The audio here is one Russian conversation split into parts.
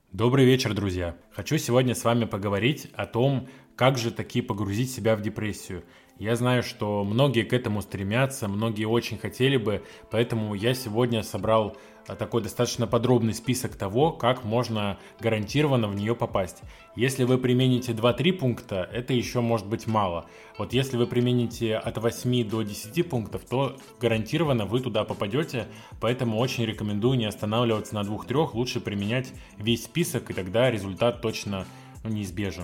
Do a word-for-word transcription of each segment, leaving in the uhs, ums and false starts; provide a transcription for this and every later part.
Добрый вечер, друзья! Хочу сегодня с вами поговорить о том, как же таки погрузить себя в депрессию. Я знаю, что многие к этому стремятся, многие очень хотели бы, поэтому я сегодня собрал а, такой достаточно подробный список того, как можно гарантированно в нее попасть. Если вы примените два-три пункта, это еще может быть мало. Вот если вы примените от восьми до десяти пунктов, то гарантированно вы туда попадете, поэтому очень рекомендую не останавливаться на двух-трех, лучше применять весь список, и тогда результат точно ну, неизбежен.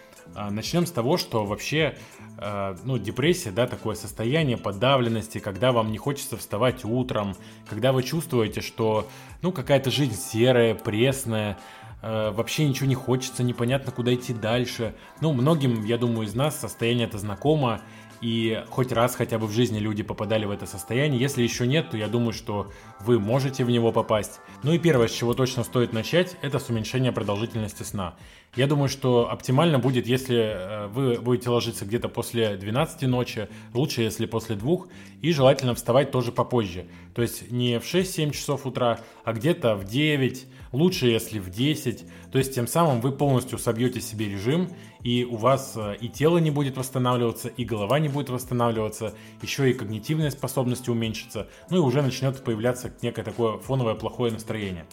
Начнем с того, что вообще ну, депрессия, да, такое состояние подавленности, когда вам не хочется вставать утром, когда вы чувствуете, что ну, какая-то жизнь серая, пресная, вообще ничего не хочется, непонятно, куда идти дальше. Ну, многим, я думаю, из нас состояние это знакомо, и хоть раз хотя бы в жизни люди попадали в это состояние. Если еще нет, то я думаю, что вы можете в него попасть. Ну и первое, с чего точно стоит начать, это с уменьшения продолжительности сна. Я думаю, что оптимально будет, если вы будете ложиться где-то после двенадцати ночи, лучше, если после двух, и желательно вставать тоже попозже. То есть не в шесть-семь часов утра, а где-то в девять, лучше, если в десять. То есть тем самым вы полностью собьете себе режим, и у вас и тело не будет восстанавливаться, и голова не будет восстанавливаться, еще и когнитивные способности уменьшатся, ну и уже начнет появляться некое такое фоновое плохое настроение.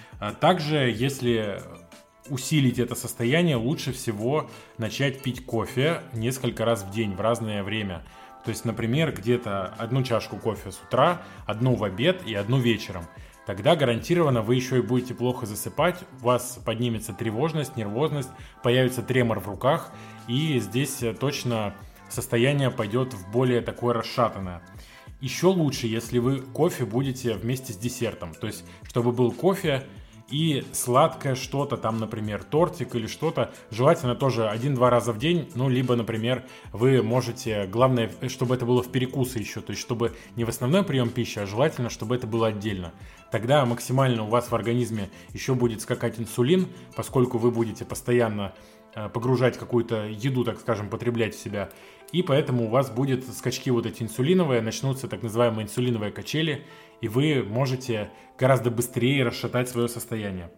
Также, если усилить это состояние, лучше всего начать пить кофе несколько раз в день в разное время. То есть, например, где-то одну чашку кофе с утра, одну в обед и одну вечером. Тогда гарантированно вы еще и будете плохо засыпать, у вас поднимется тревожность, нервозность, появится тремор в руках, и здесь точно состояние пойдет в более такое расшатанное. Еще лучше, если вы кофе будете вместе с десертом, то есть чтобы был кофе и сладкое что-то, там, например, тортик или что-то, желательно тоже один-два раза в день, ну, либо, например, вы можете, главное, чтобы это было в перекусы еще, то есть чтобы не в основной прием пищи, а желательно, чтобы это было отдельно. Тогда максимально у вас в организме еще будет скакать инсулин, поскольку вы будете постоянно погружать какую-то еду, так скажем, потреблять в себя, и поэтому у вас будут скачки вот эти инсулиновые, начнутся так называемые инсулиновые качели, и вы можете гораздо быстрее расшатать свое состояние.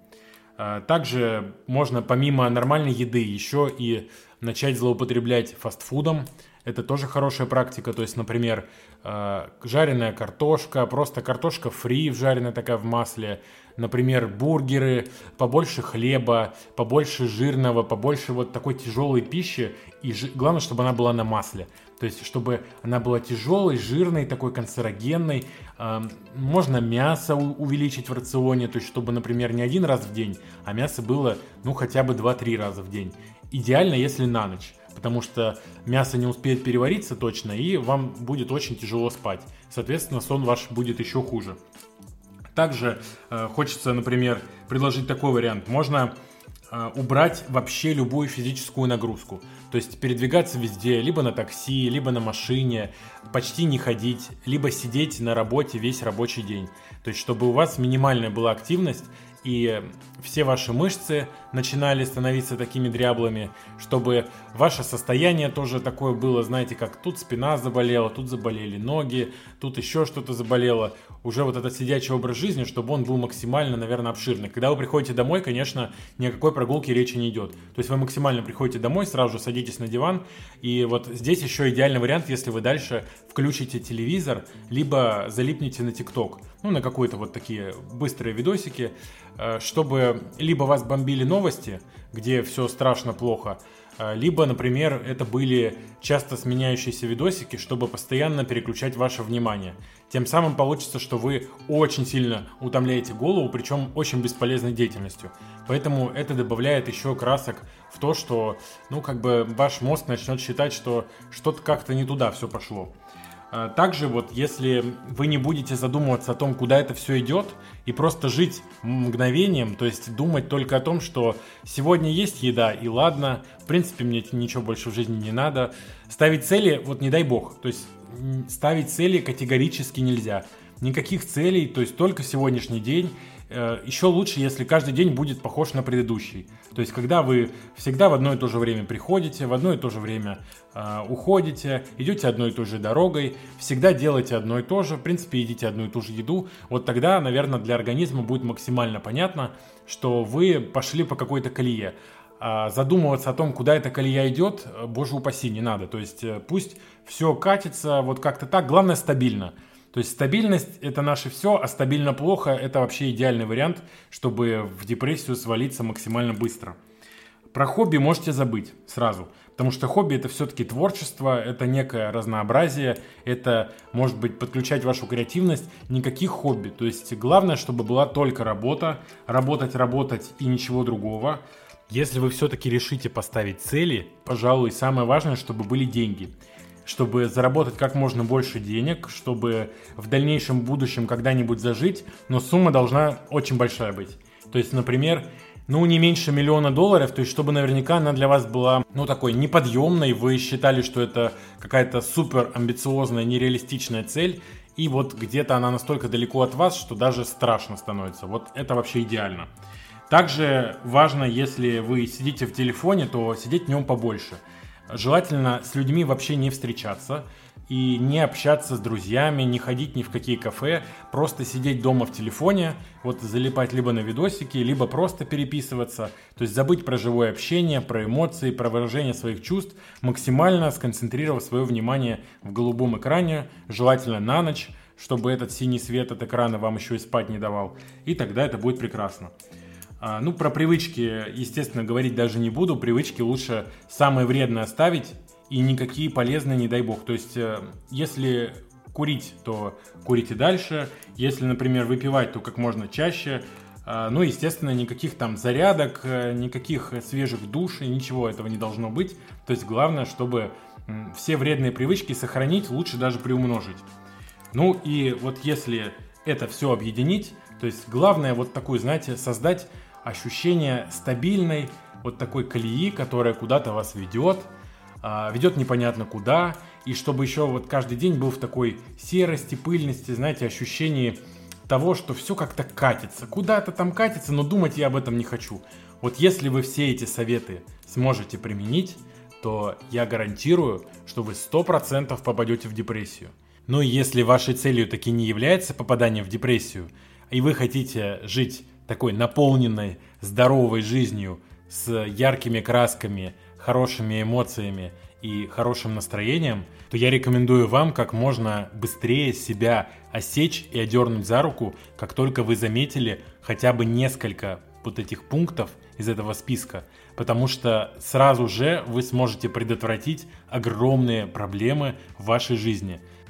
Также можно помимо нормальной еды еще и начать злоупотреблять фастфудом. Это тоже хорошая практика, то есть, например, жареная картошка, просто картошка фри, жареная такая в масле, например, бургеры, побольше хлеба, побольше жирного, побольше вот такой тяжелой пищи, и ж... главное, чтобы она была на масле, то есть, чтобы она была тяжелой, жирной, такой канцерогенной. Можно мясо увеличить в рационе, то есть, чтобы, например, не один раз в день, а мясо было, ну, хотя бы два-три раза в день. Идеально, если на ночь. Потому что мясо не успеет перевариться точно, и вам будет очень тяжело спать. Соответственно, сон ваш будет еще хуже. Также э, хочется, например, предложить такой вариант. Можно э, убрать вообще любую физическую нагрузку. То есть передвигаться везде, либо на такси, либо на машине, почти не ходить, либо сидеть на работе весь рабочий день. То есть чтобы у вас минимальная была активность, и все ваши мышцы начинали становиться такими дряблыми, чтобы ваше состояние тоже такое было, знаете, как тут спина заболела, тут заболели ноги, тут еще что-то заболело. Уже вот этот сидячий образ жизни, чтобы он был максимально, наверное, обширный. Когда вы приходите домой, конечно, ни о какой прогулке речи не идет. То есть вы максимально приходите домой, сразу же садитесь на диван, и вот здесь еще идеальный вариант, если вы дальше включите телевизор, либо залипнете на ТикТок, ну, на какие-то вот такие быстрые видосики, чтобы либо вас бомбили новости, где все страшно плохо, либо, например, это были часто сменяющиеся видосики, чтобы постоянно переключать ваше внимание. Тем самым получится, что вы очень сильно утомляете голову, причем очень бесполезной деятельностью. Поэтому это добавляет еще красок в то, что, ну, как бы ваш мозг начнет считать, что что-то как-то не туда все пошло. Также вот если вы не будете задумываться о том, куда это все идет, и просто жить мгновением, то есть думать только о том, что сегодня есть еда, и ладно, в принципе, мне ничего больше в жизни не надо. Ставить цели, вот не дай бог, то есть ставить цели категорически нельзя. Никаких целей, то есть только сегодняшний день. Еще лучше, если каждый день будет похож на предыдущий. То есть, когда вы всегда в одно и то же время приходите, в одно и то же время э, уходите, идете одной и той же дорогой, всегда делаете одно и то же, в принципе, едите одну и ту же еду, вот тогда, наверное, для организма будет максимально понятно, что вы пошли по какой-то колее. А задумываться о том, куда эта колея идет, боже упаси, не надо. То есть, пусть все катится вот как-то так, главное стабильно. То есть стабильность – это наше все, а стабильно плохо – это вообще идеальный вариант, чтобы в депрессию свалиться максимально быстро. Про хобби можете забыть сразу, потому что хобби – это все-таки творчество, это некое разнообразие, это, может быть, подключать вашу креативность, никаких хобби. То есть главное, чтобы была только работа, работать, работать и ничего другого. Если вы все-таки решите поставить цели, пожалуй, самое важное, чтобы были деньги. Чтобы заработать как можно больше денег, чтобы в дальнейшем будущем когда-нибудь зажить, но сумма должна очень большая быть. То есть, например, ну не меньше миллиона долларов, то есть чтобы наверняка она для вас была, ну такой неподъемной, вы считали, что это какая-то супер амбициозная, нереалистичная цель, и вот где-то она настолько далеко от вас, что даже страшно становится. Вот это вообще идеально. Также важно, если вы сидите в телефоне, то сидеть в нем побольше. Желательно с людьми вообще не встречаться и не общаться с друзьями, не ходить ни в какие кафе, просто сидеть дома в телефоне, вот залипать либо на видосики, либо просто переписываться, то есть забыть про живое общение, про эмоции, про выражение своих чувств, максимально сконцентрировав свое внимание в голубом экране, желательно на ночь, чтобы этот синий свет от экрана вам еще и спать не давал, и тогда это будет прекрасно. Ну, про привычки, естественно, говорить даже не буду. Привычки лучше самые вредные оставить и никакие полезные, не дай бог. То есть, если курить, то курите дальше. Если, например, выпивать, то как можно чаще. Ну, естественно, никаких там зарядок, никаких свежих душ, ничего этого не должно быть. То есть, главное, чтобы все вредные привычки сохранить, лучше даже приумножить. Ну, и вот если это все объединить, то есть, главное вот такую, знаете, создать ощущение стабильной вот такой колеи, которая куда-то вас ведет, ведет непонятно куда, и чтобы еще вот каждый день был в такой серости, пыльности, знаете, ощущении того, что все как-то катится, куда-то там катится, но думать я об этом не хочу. Вот если вы все эти советы сможете применить, то я гарантирую, что вы сто процентов попадете в депрессию. Ну и если вашей целью таки не является попадание в депрессию, и вы хотите жить такой наполненной, здоровой жизнью с яркими красками, хорошими эмоциями и хорошим настроением, то я рекомендую вам как можно быстрее себя осечь и одернуть за руку, как только вы заметили хотя бы несколько вот этих пунктов из этого списка, потому что сразу же вы сможете предотвратить огромные проблемы в вашей жизни.